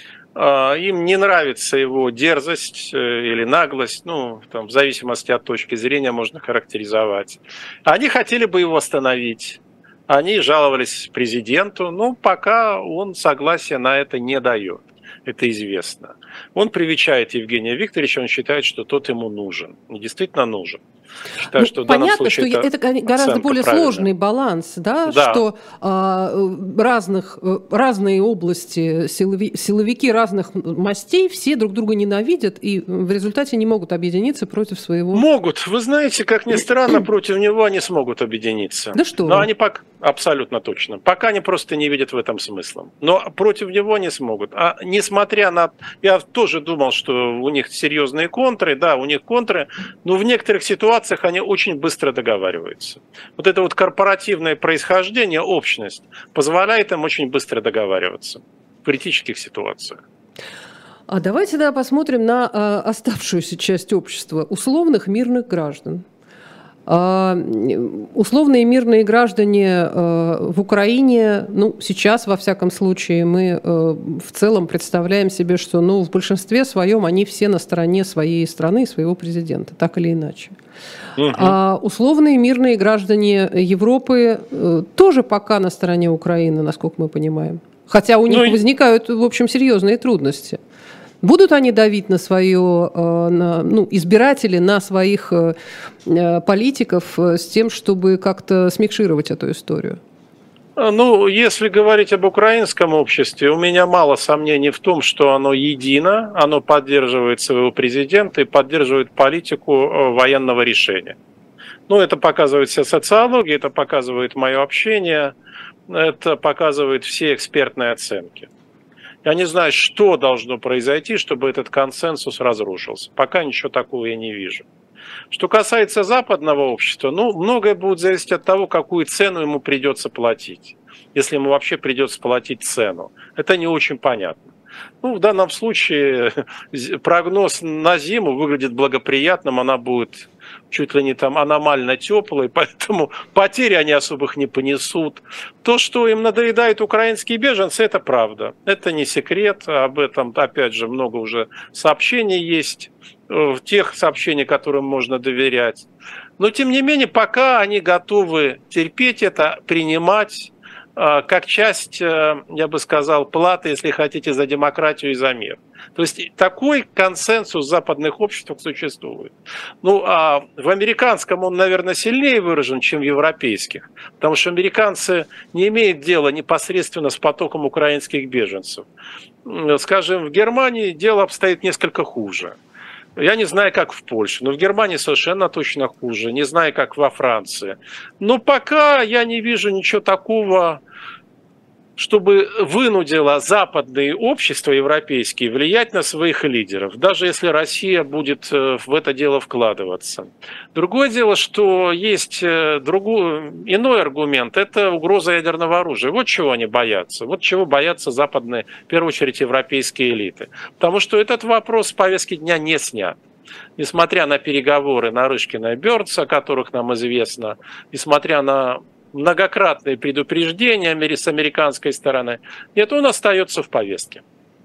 Им не нравится его дерзость или наглость, ну, там, в зависимости от точки зрения можно характеризовать. Они хотели бы его остановить. Они жаловались президенту, но пока он согласия на это не дает. Это известно. Он привечает Евгения Викторовича, он считает, что тот ему нужен. И действительно нужен. Считаю, ну, что в понятно, данном случае что это, это гораздо более правильная. сложный баланс, да, да. что э, разных, разные области, силови, силовики разных мастей, все друг друга ненавидят и в результате не могут объединиться против своего... Могут. Вы знаете, как ни странно, против него они смогут объединиться. Да что Но вы? они пока... Абсолютно точно. Пока они просто не видят в этом смысла. Но против него не смогут. А несмотря на... Я тоже думал, что у них серьезные контры, да, у них контры, но в некоторых ситуациях они очень быстро договариваются. Вот это вот корпоративное происхождение, общность, позволяет им очень быстро договариваться в критических ситуациях. А давайте тогда посмотрим на а, оставшуюся часть общества, условных мирных граждан. Условные мирные граждане в Украине, ну, сейчас, во всяком случае, мы в целом представляем себе, что, ну, в большинстве своем они все на стороне своей страны и своего президента, так или иначе. Угу. А условные мирные граждане Европы тоже пока на стороне Украины, насколько мы понимаем. Хотя у них ну, возникают, в общем, серьезные трудности. Будут они давить на свое, на, ну, избиратели, на своих политиков с тем, чтобы как-то смикшировать эту историю? Ну, если говорить об украинском обществе, у меня мало сомнений в том, что оно едино, оно поддерживает своего президента и поддерживает политику военного решения. Ну, это показывает вся социология, это показывает мое общение, это показывает все экспертные оценки. Я не знаю, что должно произойти, чтобы этот консенсус разрушился. Пока ничего такого я не вижу. Что касается западного общества, ну, многое будет зависеть от того, какую цену ему придется платить. Если ему вообще придется платить цену. Это не очень понятно. Ну, в данном случае прогноз на зиму выглядит благоприятным, она будет чуть ли не там аномально теплой, поэтому потери они особых не понесут. То, что им надоедают украинские беженцы, это правда. Это не секрет, об этом, опять же, много уже сообщений есть, в тех сообщениях, которым можно доверять. Но, тем не менее, пока они готовы терпеть это, принимать, как часть, я бы сказал, платы, если хотите, за демократию и за мир. То есть такой консенсус в западных обществах существует. Ну, а в американском он, наверное, сильнее выражен, чем в европейских, потому что американцы не имеют дела непосредственно с потоком украинских беженцев. Скажем, в Германии дело обстоит несколько хуже. Я не знаю, как в Польше, но в Германии совершенно точно хуже. Не знаю, как во Франции. Но пока я не вижу ничего такого, чтобы вынудило западные общества европейские влиять на своих лидеров, даже если Россия будет в это дело вкладываться. Другое дело, что есть другой, иной аргумент, это угроза ядерного оружия. Вот чего они боятся, вот чего боятся западные, в первую очередь, европейские элиты. Потому что этот вопрос с повестки дня не снят. Несмотря на переговоры Нарышкина и Бёрдса, о которых нам известно, несмотря на многократные предупреждения с американской стороны, нет, он остается в повестке.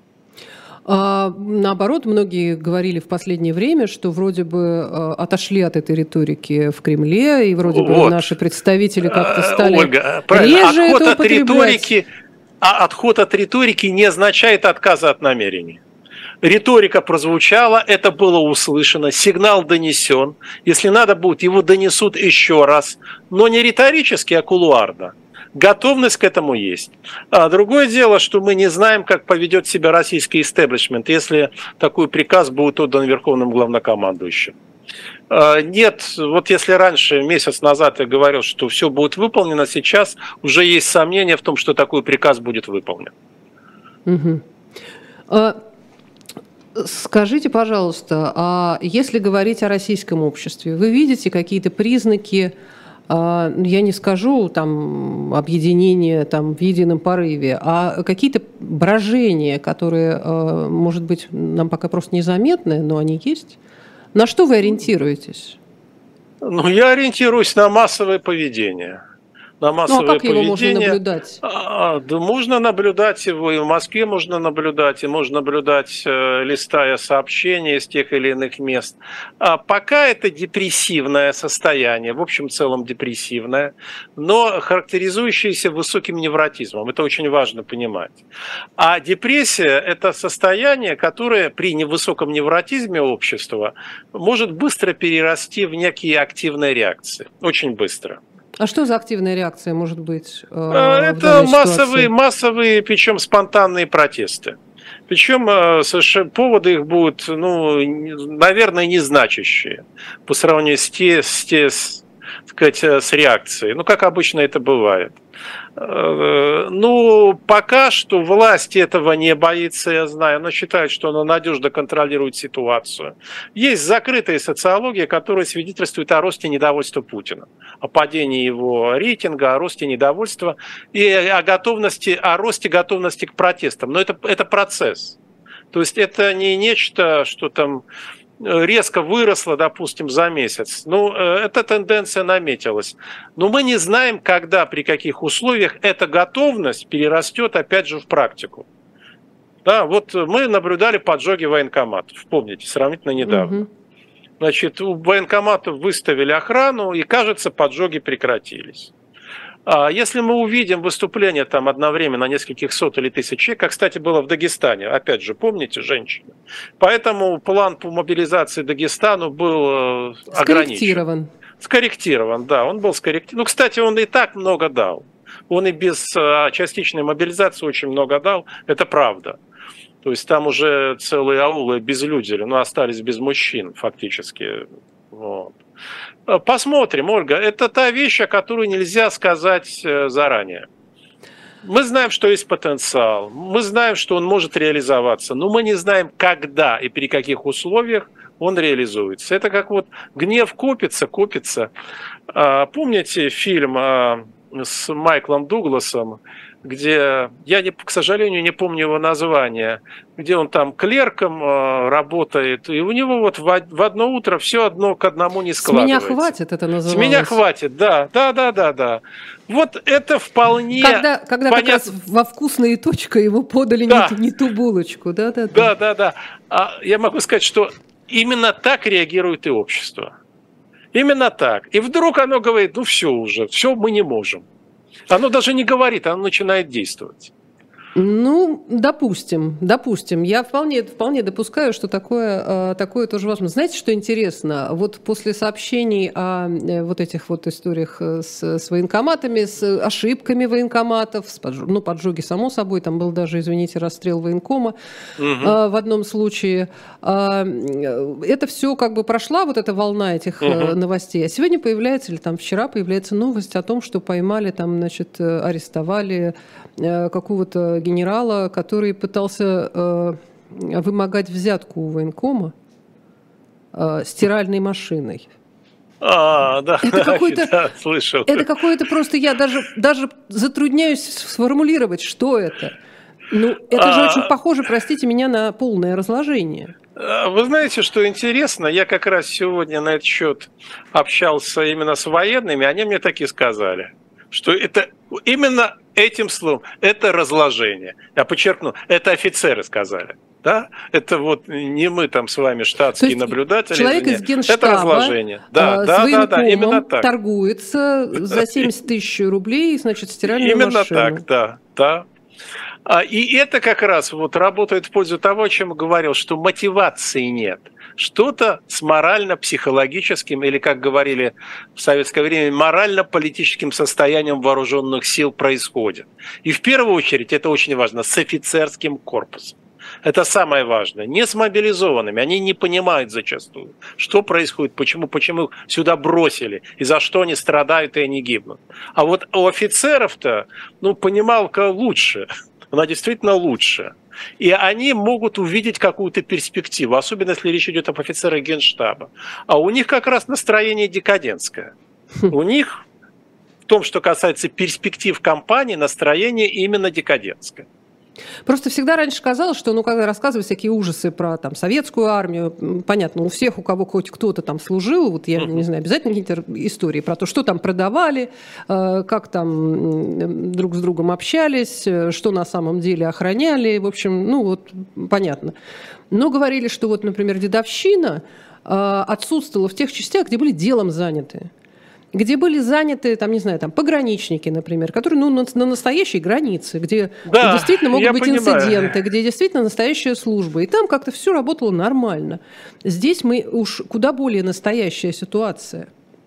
А, наоборот, многие говорили в последнее время, что вроде бы а, отошли от этой риторики в Кремле, и вроде бы вот. Наши представители как-то стали Ольга, реже отход это от риторики, а отход от риторики не означает отказа от намерений. Риторика прозвучала, это было услышано, сигнал донесен. Если надо будет, его донесут еще раз, но не риторически, а кулуарно. Готовность к этому есть. А другое дело, что мы не знаем, как поведет себя российский истеблишмент, если такой приказ будет отдан Верховным главнокомандующим. Нет, вот если раньше, месяц назад я говорил, что все будет выполнено, сейчас уже есть сомнения в том, что такой приказ будет выполнен. Угу. А... Скажите, пожалуйста, а если говорить о российском обществе, вы видите какие-то признаки, я не скажу там объединения там, в едином порыве, а какие-то брожения, которые, может быть, нам пока просто незаметны, но они есть? На что вы ориентируетесь? Ну, я ориентируюсь на массовое поведение. На массовое ну, а как поведение. его можно наблюдать? А, да можно наблюдать его, и в Москве можно наблюдать, и можно наблюдать, э, листая сообщения из тех или иных мест. А пока это депрессивное состояние, в общем целом депрессивное, но характеризующееся высоким невротизмом. Это очень важно понимать. А депрессия – это состояние, которое при невысоком невротизме общества может быстро перерасти в некие активные реакции. Очень быстро. А что за активная реакция может быть? Э, Это массовые, массовые, причем спонтанные протесты. Причем совершенно поводы их будут, ну, наверное, незначащие по сравнению с, те, с, те, с, сказать, с реакцией. Ну, как обычно это бывает. Ну, пока что власть этого не боится, я знаю. Она считает, что она надежно контролирует ситуацию. Есть закрытая социология, которая свидетельствует о росте недовольства Путина, о падении его рейтинга, о росте недовольства и о готовности, о росте готовности к протестам. Но это, это процесс. То есть это не нечто, что там резко выросла, допустим, за месяц. Ну, эта тенденция наметилась. Но мы не знаем, когда, при каких условиях эта готовность перерастет, опять же, в практику. Да, вот мы наблюдали поджоги военкоматов, помните, сравнительно недавно. Угу. Значит, у военкоматов выставили охрану, и, кажется, поджоги прекратились. Если мы увидим выступление там одновременно нескольких сот или тысяч человек, как, кстати, было в Дагестане, опять же, помните, женщины? Поэтому план по мобилизации Дагестану был ограничен. Скорректирован. Скорректирован, да, он был скорректирован. Ну, кстати, он и так много дал. Он и без частичной мобилизации очень много дал, это правда. То есть там уже целые аулы обезлюдили, но остались без мужчин фактически. Вот. Посмотрим, Ольга. Это та вещь, о которой нельзя сказать заранее. Мы знаем, что есть потенциал, мы знаем, что он может реализоваться, но мы не знаем, когда и при каких условиях он реализуется. Это как вот гнев копится, копится. Помните фильм с Майклом Дугласом, где, я, не, к сожалению, не помню его название, где он там клерком э, работает, и у него вот в, в одно утро все одно к одному не складывается. «С меня хватит» это называлось. «С меня хватит», да, да, да, да, да. Вот это вполне Когда, когда понятно. Как раз во «Вкусная точка» ему подали да. не, не ту булочку, да, да, да. Да, да, да. А я могу сказать, что именно так реагирует и общество. Именно так. И вдруг оно говорит, ну все уже, все мы не можем. Оно даже не говорит, оно начинает действовать. Ну, допустим, допустим. Я вполне, вполне допускаю, что такое, такое тоже возможно. Знаете, что интересно? Вот после сообщений о вот этих вот историях с, с военкоматами, с ошибками военкоматов, с поджог, ну, поджоги, само собой, там был даже, извините, расстрел военкома угу. в одном случае. Это все как бы прошла, вот эта волна этих угу. новостей. А сегодня появляется, или там вчера появляется новость о том, что поймали, там, значит, арестовали какого-то генерала, который пытался э, вымогать взятку у военкома э, стиральной машиной. А, да, это какой-то, да, слышал. Это какое-то просто, я даже, даже затрудняюсь сформулировать, что это. Ну, это же а... очень похоже, простите меня, на полное разложение. Вы знаете, что интересно? Я как раз сегодня на этот счет общался именно с военными, они мне так и сказали, что это именно этим словом, это разложение. Я подчеркну, это офицеры сказали. Да? Это вот не мы там с вами штатские наблюдатели. Человек из Генштаба это разложение. Да, а, да, с да, да, именно так. торгуется за семьдесят тысяч рублей, значит, стиральную именно машину. Именно так, да, да. И это как раз вот работает в пользу того, о чем я говорил, что мотивации нет. Что-то с морально-психологическим, или, как говорили в советское время, морально-политическим состоянием вооруженных сил происходит. И в первую очередь, это очень важно, с офицерским корпусом. Это самое важное. Не с мобилизованными. Они не понимают зачастую, что происходит, почему, почему их сюда бросили, и за что они страдают и они гибнут. А вот у офицеров-то, ну, понималка лучше. Она действительно лучше. И они могут увидеть какую-то перспективу, особенно если речь идет об офицерах Генштаба. А у них как раз настроение декадентское. У них, в том, что касается перспектив кампании, настроение именно декадентское. Просто всегда раньше казалось, что, ну, когда рассказывают всякие ужасы про там советскую армию, понятно, у всех, у кого хоть кто-то там служил, вот я не знаю, обязательно какие-то истории про то, что там продавали, как там друг с другом общались, что на самом деле охраняли, в общем, ну, вот понятно. Но говорили, что вот, например, дедовщина отсутствовала в тех частях, где были делом заняты. Где были заняты, там, не знаю, там, пограничники, например, которые, ну, на, на настоящей границе, где да, действительно могут быть понимаю. инциденты, где действительно настоящая служба. И там как-то все работало нормально. Здесь мы уж куда более настоящая ситуация.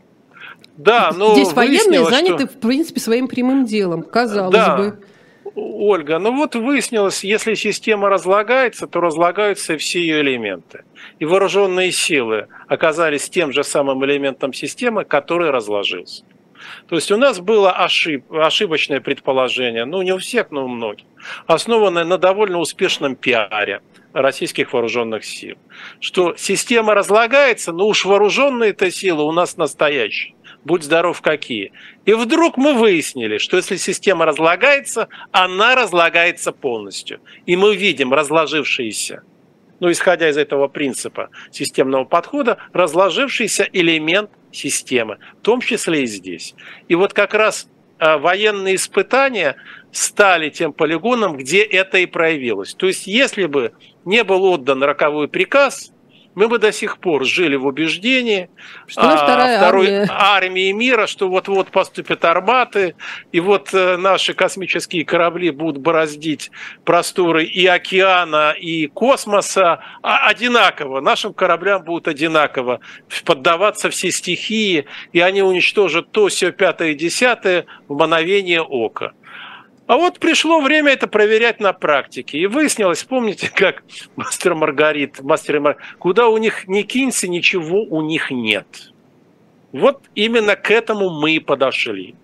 Да, но здесь военные заняты, что... в принципе, своим прямым делом, казалось да. бы. Ольга, ну вот выяснилось, если система разлагается, то разлагаются все ее элементы. И вооруженные силы оказались тем же самым элементом системы, который разложился. То есть у нас было ошиб... ошибочное предположение, ну не у всех, но у многих, основанное на довольно успешном пиаре российских вооруженных сил, что система разлагается, но уж вооруженные-то силы у нас настоящие. Будь здоров, какие. И вдруг мы выяснили, что если система разлагается, она разлагается полностью. И мы видим разложившийся, ну, исходя из этого принципа системного подхода, разложившийся элемент системы, в том числе и здесь. И вот как раз военные испытания стали тем полигоном, где это и проявилось. То есть если бы не был отдан роковой приказ, мы бы до сих пор жили в убеждении что а, второй армия. армии мира, что вот-вот поступят арматы, и вот э, наши космические корабли будут бороздить просторы и океана, и космоса а, одинаково. Нашим кораблям будут одинаково поддаваться все стихии, и они уничтожат то, сё, пятое, десятое в мгновение ока. А вот пришло время это проверять на практике. И выяснилось, помните, как мастер Маргарит, мастер и Мар... куда у них ни кинься, ничего у них нет. Вот именно к этому мы и подошли.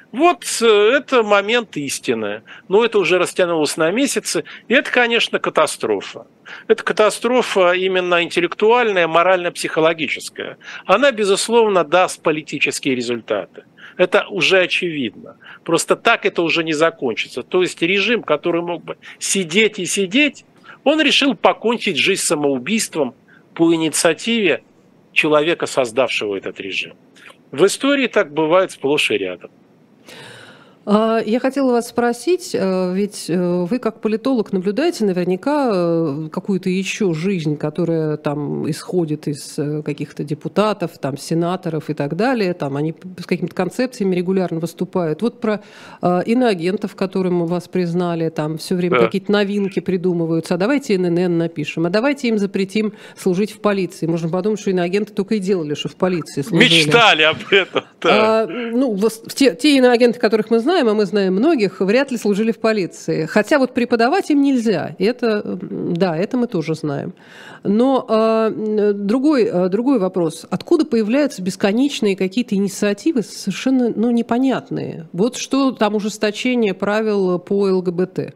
Вот это момент истины. Но это уже растянулось на месяцы. И это, конечно, катастрофа. Это катастрофа именно интеллектуальная, морально-психологическая. Она, безусловно, даст политические результаты. Это уже очевидно. Просто так это уже не закончится. То есть режим, который мог бы сидеть и сидеть, он решил покончить жизнь самоубийством по инициативе человека, создавшего этот режим. В истории так бывает сплошь и рядом. Я хотела вас спросить, ведь вы как политолог наблюдаете наверняка какую-то еще жизнь, которая там исходит из каких-то депутатов, там, сенаторов и так далее, там они с какими-то концепциями регулярно выступают. Вот про иноагентов, которым вас признали, там все время да. какие-то новинки придумываются, а давайте эн эн эн напишем, а давайте им запретим служить в полиции. Можно подумать, что иноагенты только и делали, что в полиции служили. Мечтали об этом. Да. А, ну, те, те иноагенты, которых мы знаем, а мы знаем многих, вряд ли служили в полиции. Хотя вот преподавать им нельзя. Это, да, это мы тоже знаем. Но э, другой, другой вопрос. Откуда появляются бесконечные какие-то инициативы совершенно ну, непонятные? Вот что там ужесточение правил по эл гэ бэ тэ?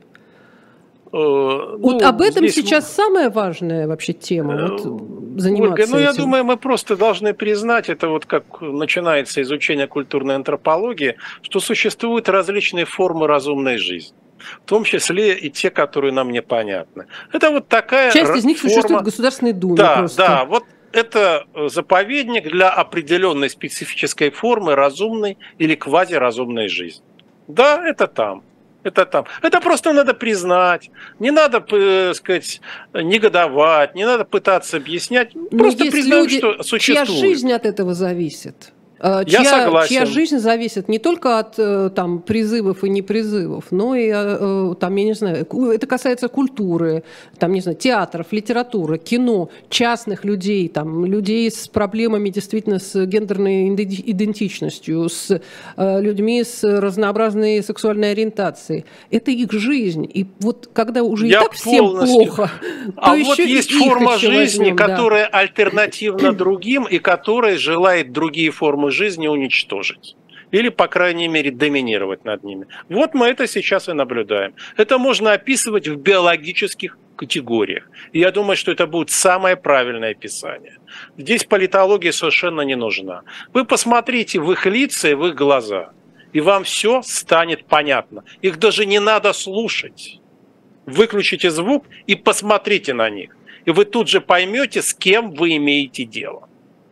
Вот ну, об этом здесь... сейчас самая важная вообще тема, вот, заниматься Ольга, ну, этим. Я думаю, мы просто должны признать, это вот как начинается изучение культурной антропологии, что существуют различные формы разумной жизни, в том числе и те, которые нам непонятны. Это вот такая Часть из них форма... существует в Государственной Думе. Да, просто. да, вот это заповедник для определенной специфической формы разумной или квазиразумной жизни. Да, это там. Это там. Это просто надо признать. Не надо, так сказать, негодовать, не надо пытаться объяснять. Просто признать, что существует. Чья жизнь от этого зависит. Я чья, согласен. Чья жизнь зависит не только от там, призывов и непризывов, но и, там, я не знаю, это касается культуры, там, не знаю, театров, литературы, кино, частных людей, там, людей с проблемами действительно с гендерной идентичностью, с людьми с разнообразной сексуальной ориентацией. Это их жизнь. И вот когда уже Я и так всем полностью... плохо, а то вот еще есть и форма жизни, возьмем, которая да. альтернативна другим и которая желает другие формы жизни уничтожить. Или, по крайней мере, доминировать над ними. Вот мы это сейчас и наблюдаем. Это можно описывать в биологических категориях. И я думаю, что это будет самое правильное описание. Здесь политология совершенно не нужна. Вы посмотрите в их лица и в их глаза, и вам все станет понятно. Их даже не надо слушать. Выключите звук и посмотрите на них. И вы тут же поймете, с кем вы имеете дело.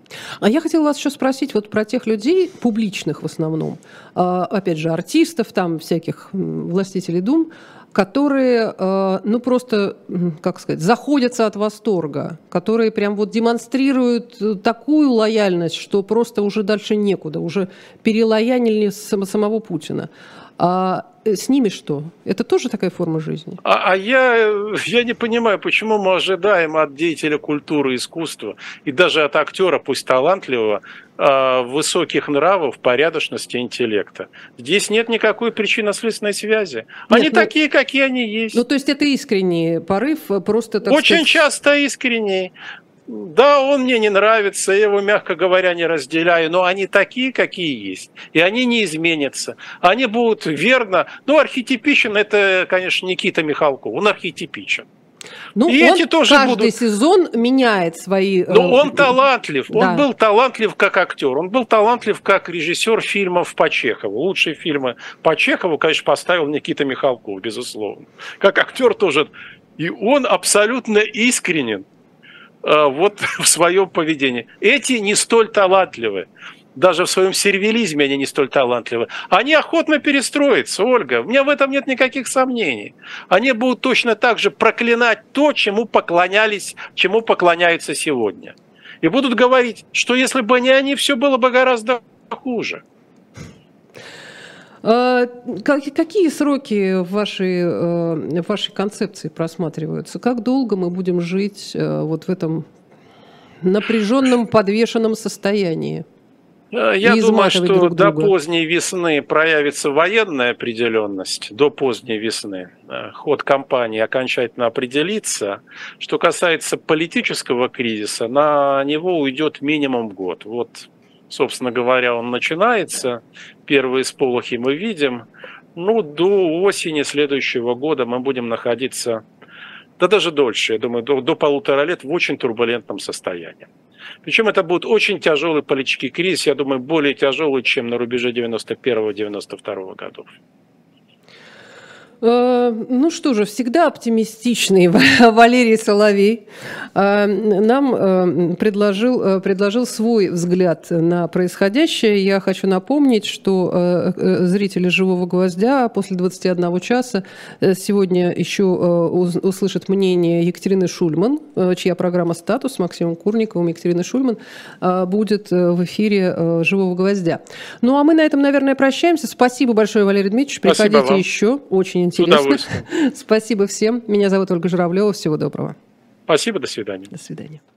А я хотела вас еще спросить вот про тех людей, публичных в основном, опять же, артистов, там, всяких властителей дум, которые, ну, просто, как сказать, заходятся от восторга, которые прям вот демонстрируют такую лояльность, что просто уже дальше некуда, уже перелоянили самого Путина. А с ними что? Это тоже такая форма жизни? А, а я, я не понимаю, почему мы ожидаем от деятеля культуры, искусства и даже от актера, пусть талантливого, высоких нравов, порядочности, интеллекта. Здесь нет никакой причинно-следственной связи. Они нет, такие, ну, какие они есть. Ну, то есть это искренний порыв, просто... Так Очень сказать... часто искренний. Да, он мне не нравится, я его, мягко говоря, не разделяю, но они такие, какие есть, и они не изменятся. Они будут верно... Ну, архетипичен, это, конечно, Никита Михалков, он архетипичен. Ну, и он эти тоже каждый будут... сезон меняет свои... Но он талантлив, да. он был талантлив как актер, он был талантлив как режиссер фильмов по Чехову. Лучшие фильмы по Чехову, конечно, поставил Никита Михалков, безусловно. Как актер тоже. И он абсолютно искренен вот в своем поведении. Эти не столь талантливы. Даже в своем сервилизме они не столь талантливы. Они охотно перестроятся, Ольга. У меня в этом нет никаких сомнений. Они будут точно так же проклинать то, чему поклонялись, чему поклоняются сегодня. И будут говорить, что если бы не они, все было бы гораздо хуже. Какие сроки в вашей, в вашей концепции просматриваются? Как долго мы будем жить вот в этом напряженном, подвешенном состоянии? Я думаю, что до поздней весны проявится военная определенность, до поздней весны ход кампании окончательно определится. Что касается политического кризиса, на него уйдет минимум год. Вот собственно говоря, он начинается. Первые сполохи мы видим. Ну, до осени следующего года мы будем находиться, да даже дольше, я думаю, до, до полутора лет в очень турбулентном состоянии. Причем это будет очень тяжелый политический кризис, я думаю, более тяжелый, чем на рубеже девяносто первого — девяносто второго годов. Ну что же, всегда оптимистичный Валерий Соловей нам предложил, предложил свой взгляд на происходящее. Я хочу напомнить, что зрители «Живого гвоздя» после двадцати одного часа сегодня еще услышат мнение Екатерины Шульман, чья программа «Статус» с Максимом Курниковым. Екатерина Шульман будет в эфире «Живого гвоздя». Ну а мы на этом, наверное, прощаемся. Спасибо большое, Валерий Дмитриевич. Приходите еще. Очень интересно. Спасибо всем. Меня зовут Ольга Журавлева. Всего доброго. Спасибо. До свидания. До свидания.